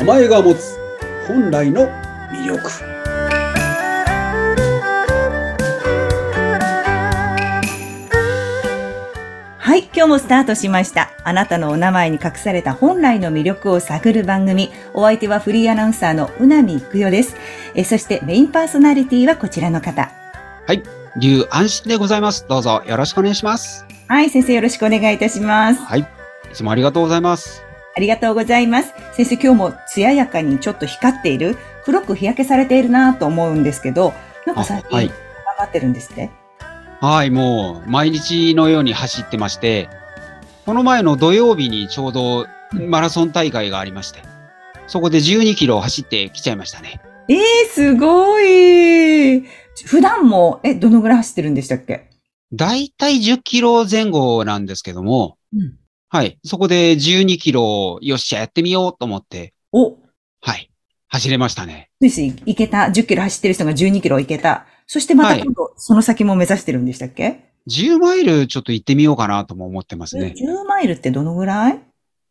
前が持つ本来の魅力。 はい、今日もスタートしました。あなたのお名前に隠された本来の魅力を探る番組。お相手はフリーアナウンサーの宇波育代です。そしてメインパーソナリティはこちらの方。 はい、龍安心でございます。どうぞよろしくお願いします。 はい、先生よろしくお願いいたします。 はい、いつもありがとうございます。 ありがとうございます。先生、今日も艶やかにちょっと光っている、黒く日焼けされているなと思うんですけど、なんか最近頑張ってるんですって？ はい、もう毎日のように走ってまして、この前の土曜日にちょうどマラソン大会がありまして、そこで12キロ走ってきちゃいましたね。 すごい。普段も、どのぐらい走ってるんでしたっけ？ だいたい10キロ前後なんですけども、はい、そこで12キロ、よっしゃ、やってみようと思って、はい、走れましたね。 いけた。10キロ走ってる人が12キロいけた。そしてまた今度、その先も目指してるんでしたっけ ？10マイルちょっと行ってみようかなとも思ってますね。 10マイルってどのぐらい？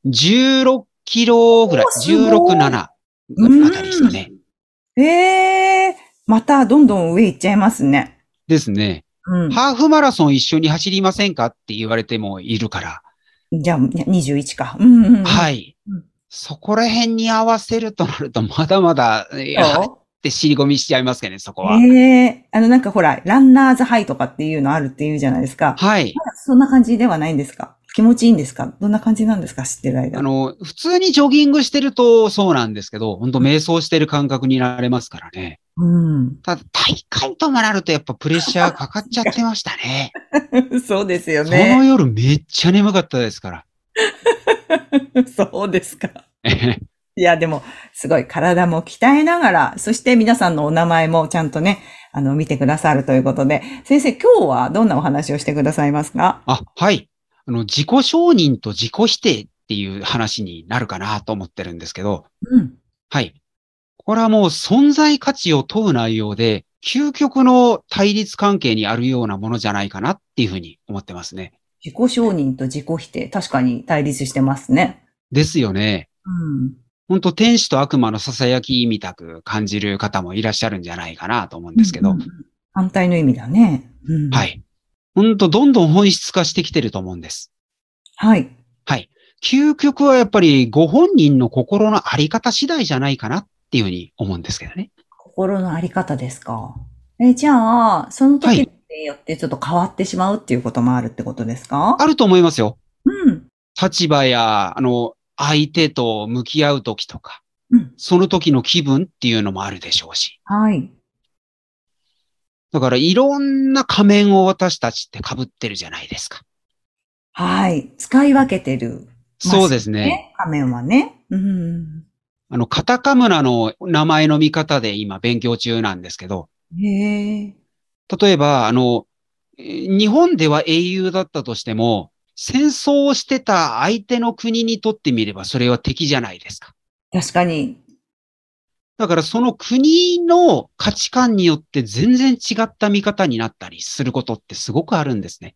16キロぐらい、16、7あたりですかね。 またどんどん上行っちゃいますね。 ですね。ハーフマラソン一緒に走りませんかって言われてもいるから。 じゃあ、21か。 はい。そこら辺に合わせるとなると、まだまだ、って尻込みしちゃいますけどね、そこは。 なんかほら、ランナーズハイとかっていうのあるっていうじゃないですか。 はい。 そんな感じではないんですか？気持ちいいんですか？どんな感じなんですか？知ってる間。 普通にジョギングしてるとそうなんですけど、本当瞑想してる感覚になれますからね。ただ、大会ともなるとやっぱプレッシャーかかっちゃってましたね。 そうですよね。 その夜めっちゃ眠かったですから。 そうですか。いや、でも、すごい体も鍛えながら、そして皆さんのお名前もちゃんとね、見てくださるということで、先生、今日はどんなお話をしてくださいますか？ はい。自己承認と自己否定っていう話になるかなと思ってるんですけど、はい。これはもう存在価値を問う内容で、究極の対立関係にあるようなものじゃないかなっていうふうに思ってますね。 自己承認と自己否定、確かに対立してますね。 ですよね。本当天使と悪魔の囁きみたく感じる方もいらっしゃるんじゃないかなと思うんですけど。 反対の意味だね。 はい。本当どんどん本質化してきてると思うんです。 はい。 はい。究極はやっぱりご本人の心のあり方次第じゃないかなっていうふうに思うんですけどね。 心のあり方ですか。じゃあ、その時によってちょっと変わってしまうっていうこともあるってことですか？ あると思いますよ。立場や、相手と向き合う時とか、その時の気分っていうのもあるでしょうし。 はい。 だからいろんな仮面を私たちって被ってるじゃないですか。 はい。使い分けてる。 そうですね。 仮面はね。 カタカムナの名前の見方で今勉強中なんですけど。例えば、日本では英雄だったとしても、戦争をしてた相手の国にとってみればそれは敵じゃないですか。 確かに。 だからその国の価値観によって全然違った見方になったりすることってすごくあるんですね。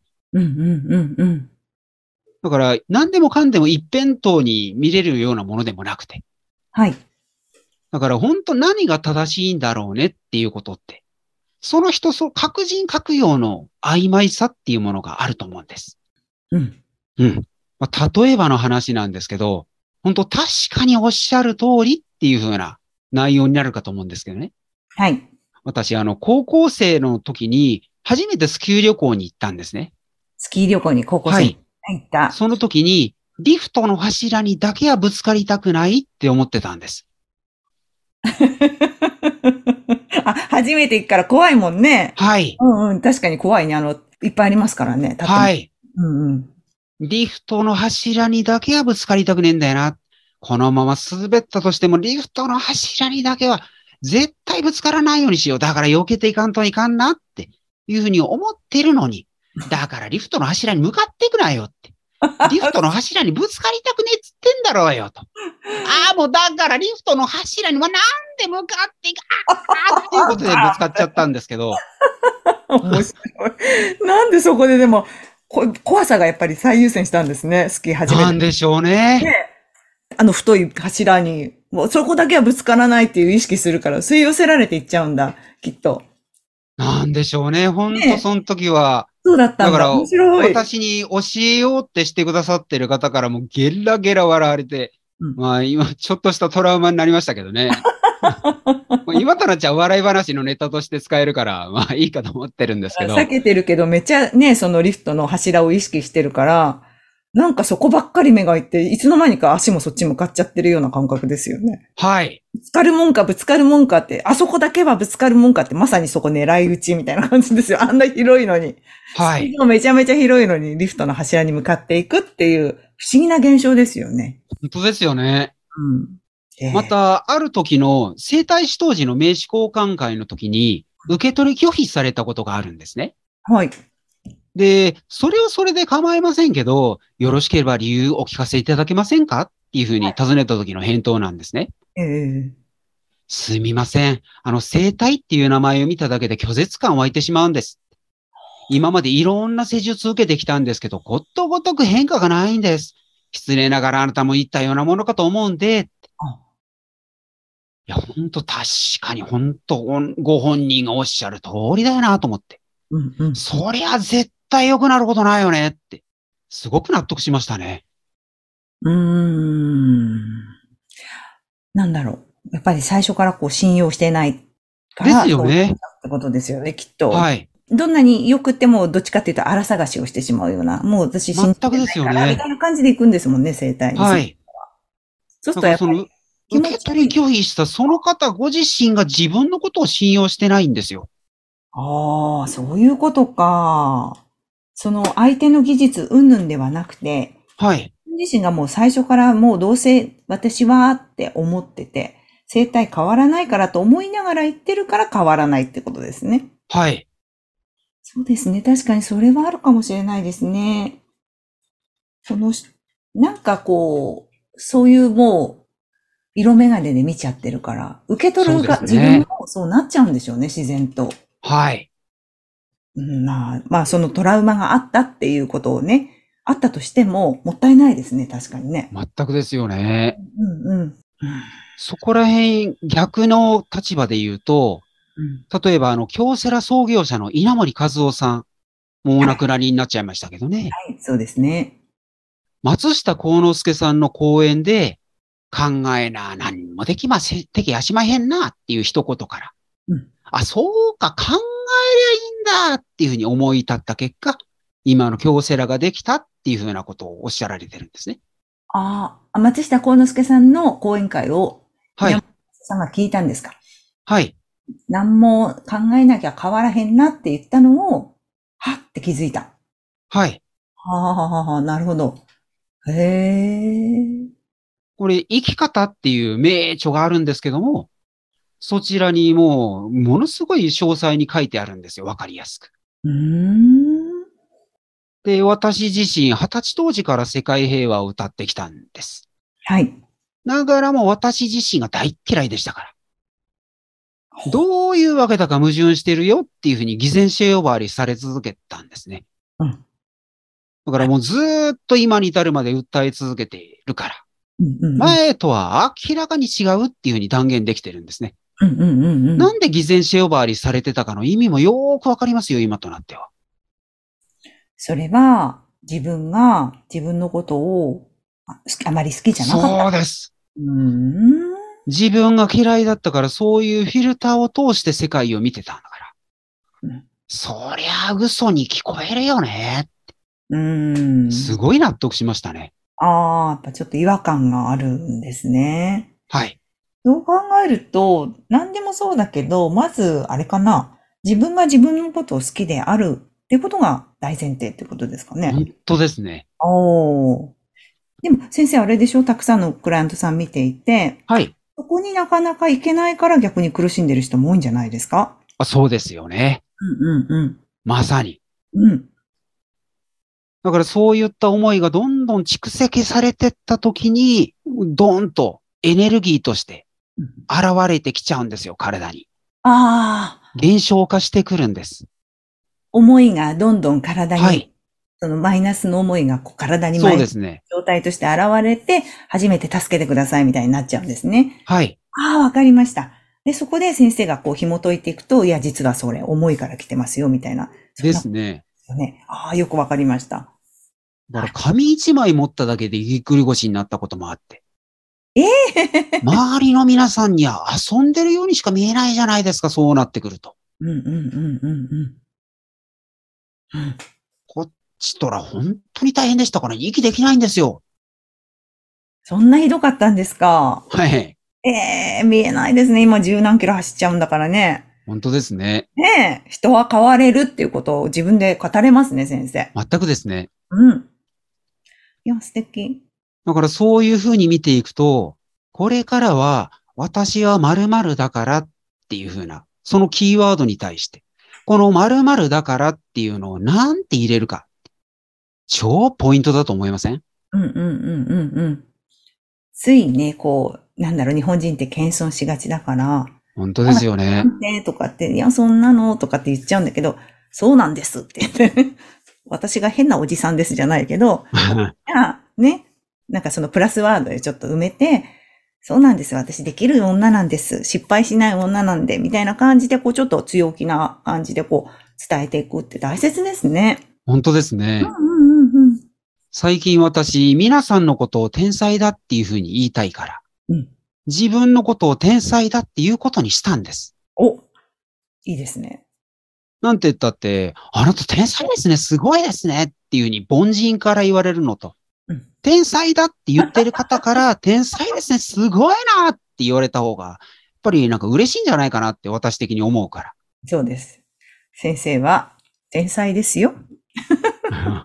だから何でもかんでも一辺倒に見れるようなものでもなくて。 はい。 だから本当何が正しいんだろうねっていうことって、その人各人各様の曖昧さっていうものがあると思うんです。例えばの話なんですけど、本当確かにおっしゃる通りっていう風な内容になるかと思うんですけどね。 はい。 私、高校生の時に初めてスキー旅行に行ったんですね。 スキー旅行に高校生に行った。 その時に、リフトの柱にだけはぶつかりたくないって思ってたんです。 初めて行くから怖いもんね。 はい。 確かに怖いね。いっぱいありますからね。 はい。リフトの柱にだけはぶつかりたくねえんだよな。このまま滑ったとしても、リフトの柱にだけは絶対ぶつからないようにしよう。だから避けていかんといかんなっていうふうに思ってるのに、だからリフトの柱に向かっていくなよって。リフトの柱にぶつかりたくねえっつってんだろうよと。もうだからリフトの柱にはなんで向かっていかっていうことでぶつかっちゃったんですけど。 面白い。なんでそこででも、怖さがやっぱり最優先したんですね。スキー始めた。 なんでしょうね。 太い柱にもうそこだけはぶつからないっていう意識するから、吸い寄せられていっちゃうんだ、きっと。 なんでしょうね。ほんとねえ、 その時は。 そうだったんだ。 だから、 面白い。 私に教えようってしてくださってる方からもゲラゲラ笑われて、 うん。 まあ今ちょっとしたトラウマになりましたけどね。まあ今となっちゃ笑い話のネタとして使えるから、まあいいかと思ってるんですけど。 避けてるけど、めっちゃね、そのリフトの柱を意識してるから、なんかそこばっかり目がいって、いつの間にか足もそっち向かっちゃってるような感覚ですよね。 はい。 ぶつかるもんかぶつかるもんかって、あそこだけはぶつかるもんかって、まさにそこ狙い撃ちみたいな感じですよ。あんな広いのに。スはい。 ピードめちゃめちゃ広いのに、リフトの柱に向かっていくっていう不思議な現象ですよね。 本当ですよね。 うん。 また、ある時の生体師当時の名刺交換会の時に、受け取り拒否されたことがあるんですね。 はい。 で、それはそれで構いませんけど、よろしければ理由お聞かせいただけませんかっていうふうに尋ねた時の返答なんですね。 ええ。 すみません。生体っていう名前を見ただけで拒絶感湧いてしまうんです。今までいろんな施術受けてきたんですけど、ことごとく変化がないんです。失礼ながらあなたも言ったようなものかと思うんで、 あ、 いや、ほんと確かに本当ご本人がおっしゃる通りだよなと思って。 うんうん。 そりゃ絶対良くなることないよねって、すごく納得しましたね。 うーん。なんだろう。やっぱり最初からこう信用してないかですら、そうなっちゃうよね。 ってことですよね、きっと。 はい。 どんなに良くても、どっちかっていうと荒探しをしてしまうような、もう私信じて全くですないから、みよね。 たいな感じで行くんですもんね、生体に。そうはい。 するとやっぱりだから気受け取り持ちいい。 拒否したその方ご自身が自分のことを信用してないんですよ。 ああ、そういうことか。その相手の技術云々ではなくて、 はい。 自身がもう最初からもうどうせ私はって思ってて、生態変わらないからと思いながら言ってるから変わらないってことですね。 はい。 そうですね。確かにそれはあるかもしれないですね。その、なんかこう、そういうもう、色眼鏡で見ちゃってるから、受け取そうでるが自分すね。 もそうなっちゃうんでしょうね、自然と。 はい。 うん、まあ、そのトラウマがあったっていうことをね、あったとしても、もったいないですね、確かにね。 全くですよね。 うんうん。うん。 そこら辺、逆の立場で言うと、 うん。 例えば京セラ創業者の稲森和夫さん、もうおはい、 亡くなりになっちゃいましたけどね。 はい、そうですね。 松下幸之助さんの講演で、考えな、何もできません、できやしまへんな、っていう一言から。 うん。 あ、そうか、考えりゃいいんだ、っていうふうに思い立った結果、今の京セラができたっていうふうなことをおっしゃられてるんですね。 ああ、松下幸之助さんの講演会を、稲本はい。 さんが聞いたんですか？ はい。 何も考えなきゃ変わらへんなって言ったのを、はって気づいた。 はい。 はあ、はあはあ、なるほど。へえ。 これ、生き方っていう名著があるんですけども、そちらにもう、ものすごい詳細に書いてあるんですよ。わかりやすく。 うーん。 で、私自身、20歳当時から世界平和を歌ってきたんです。 はい。 ながらも私自身が大嫌いでしたから。どういうわけだか矛盾してるよっていうふうに偽善者呼ばわりされ続けたんですね。 うん。 だからもうずーっと今に至るまで訴え続けているから。 うんうんうん。 前とは明らかに違うっていうふうに断言できてるんですね。 うんうんうんうん。 なんで偽善者呼ばわりされてたかの意味もよーくわかりますよ、今となっては。 それは、自分が自分のことをあまり好きじゃなかった。 そうです。 うーん。 自分が嫌いだったからそういうフィルターを通して世界を見てたんだから。 うん。 そりゃ嘘に聞こえるよね。 うーん。 すごい納得しましたね。 ああ、やっぱちょっと違和感があるんですね。 はい。 そう考えると、何でもそうだけど、まず、あれかな。自分が自分のことを好きであるってことが大前提ってことですかね。 本当ですね。 おー。でも、先生あれでしょ？たくさんのクライアントさん見ていて、 はい。 そこになかなか行けないから逆に苦しんでる人も多いんじゃないですか？ そうですよね。 うんうんまさに。 うん。うん。 だからそういった思いがどんどん蓄積されてった時に、ドーンとエネルギーとして現れてきちゃうんですよ、体に。 ああ、 現象化してくるんです。 思いがどんどん体にはい。 そのマイナスの思いがこう体にそう前ですね。 状態として現れて、初めて助けてくださいみたいになっちゃうんですね。 はい。 ああ、わかりました。で、そこで先生がこう紐解いていくと、いや、実はそれ、思いから来てますよ、みたいな。 ですね。 そんなね。ああ、よくわかりました。 だから紙一枚持っただけでぎっくり腰になったこともあって。 ええ周りの皆さんには遊んでるようにしか見えないじゃないですか、そうなってくると。 うんうんうんうんうん。 こっちとら本当に大変でしたから息できないんですよ。 そんなひどかったんですか。 はい。 ええ見えないですね。今十何キロ走っちゃうんだからね。 本当ですね。 ねえ、人は変われるっていうことを自分で語れますね、先生。 全くですね。 うん。いや、素敵。 だからそういうふうに見ていくと、これからは私は〇〇だからっていうふうな、そのキーワードに対して、この〇〇だからっていうのをなんて入れるか、超ポイントだと思いません？ うんうんうんうんうん。ついね、こう、なんだろう、日本人って謙遜しがちだから、 本当ですよね。 ねとかって、いや、そんなのとかって言っちゃうんだけど、そうなんですって言って、私が変なおじさんですじゃないけど、いや、ね、なんかそのプラスワードでちょっと埋めて、そうなんですよ。私できる女なんです。失敗しない女なんで、みたいな感じで、こう、ちょっと強気な感じで、こう、伝えていくって大切ですね。 本当ですうんね。 うんうんうん。 最近私、皆さんのことを天才だっていうふうに言いたいから、 うん。 自分のことを天才だっていうことにしたんです。 お、いいですね。 なんて言ったって、あなた天才ですね、すごいですねっていうふうに凡人から言われるのと、 うん天才だって言ってる方から、天才ですね、すごいなって言われた方が、やっぱりなんか嬉しいんじゃないかなって私的に思うかそうです。先生は天才ですよ。 ら。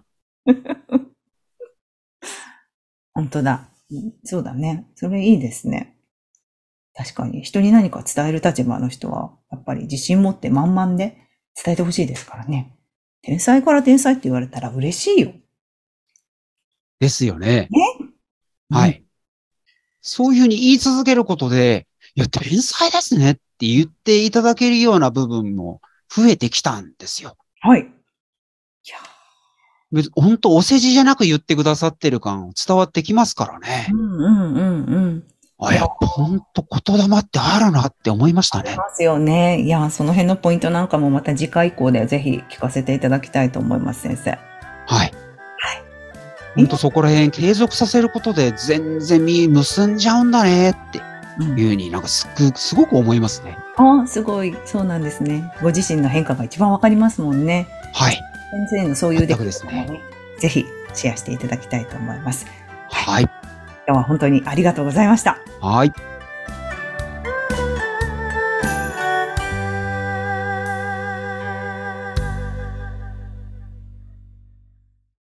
本当だ。そうだね。それいいですね。確かに。人に何か伝える立場の人は、やっぱり自信持って満々で伝えてほしいですからね。天才から天才って言われたら嬉しいよ。 ですよね。 うん。 はい。そういうふうに言い続けることで、いや、天才ですねって言っていただけるような部分も増えてきたんですよ。 はい。いや本当お世辞じゃなく言ってくださってる感伝わってきますからね。 うんうんうんうん。 あ、やっぱ本当言霊ってあるなって思いましたね。 ますよね。いや、その辺のポイントなんかもまた次回以降でぜひ聞かせていただきたいと思います、先生。 はい。本当そこら辺継続させることで全然実結んじゃうんだねってうんいうふうになんかすごく思いますね。 ああ、すごい。そうなんですね。ご自身の変化が一番わかりますもんね。 はい。 先生のそういう全くですね。 ぜひシェアしていただきたいと思います。 はい。 今日は本当にありがとうございました。 はい。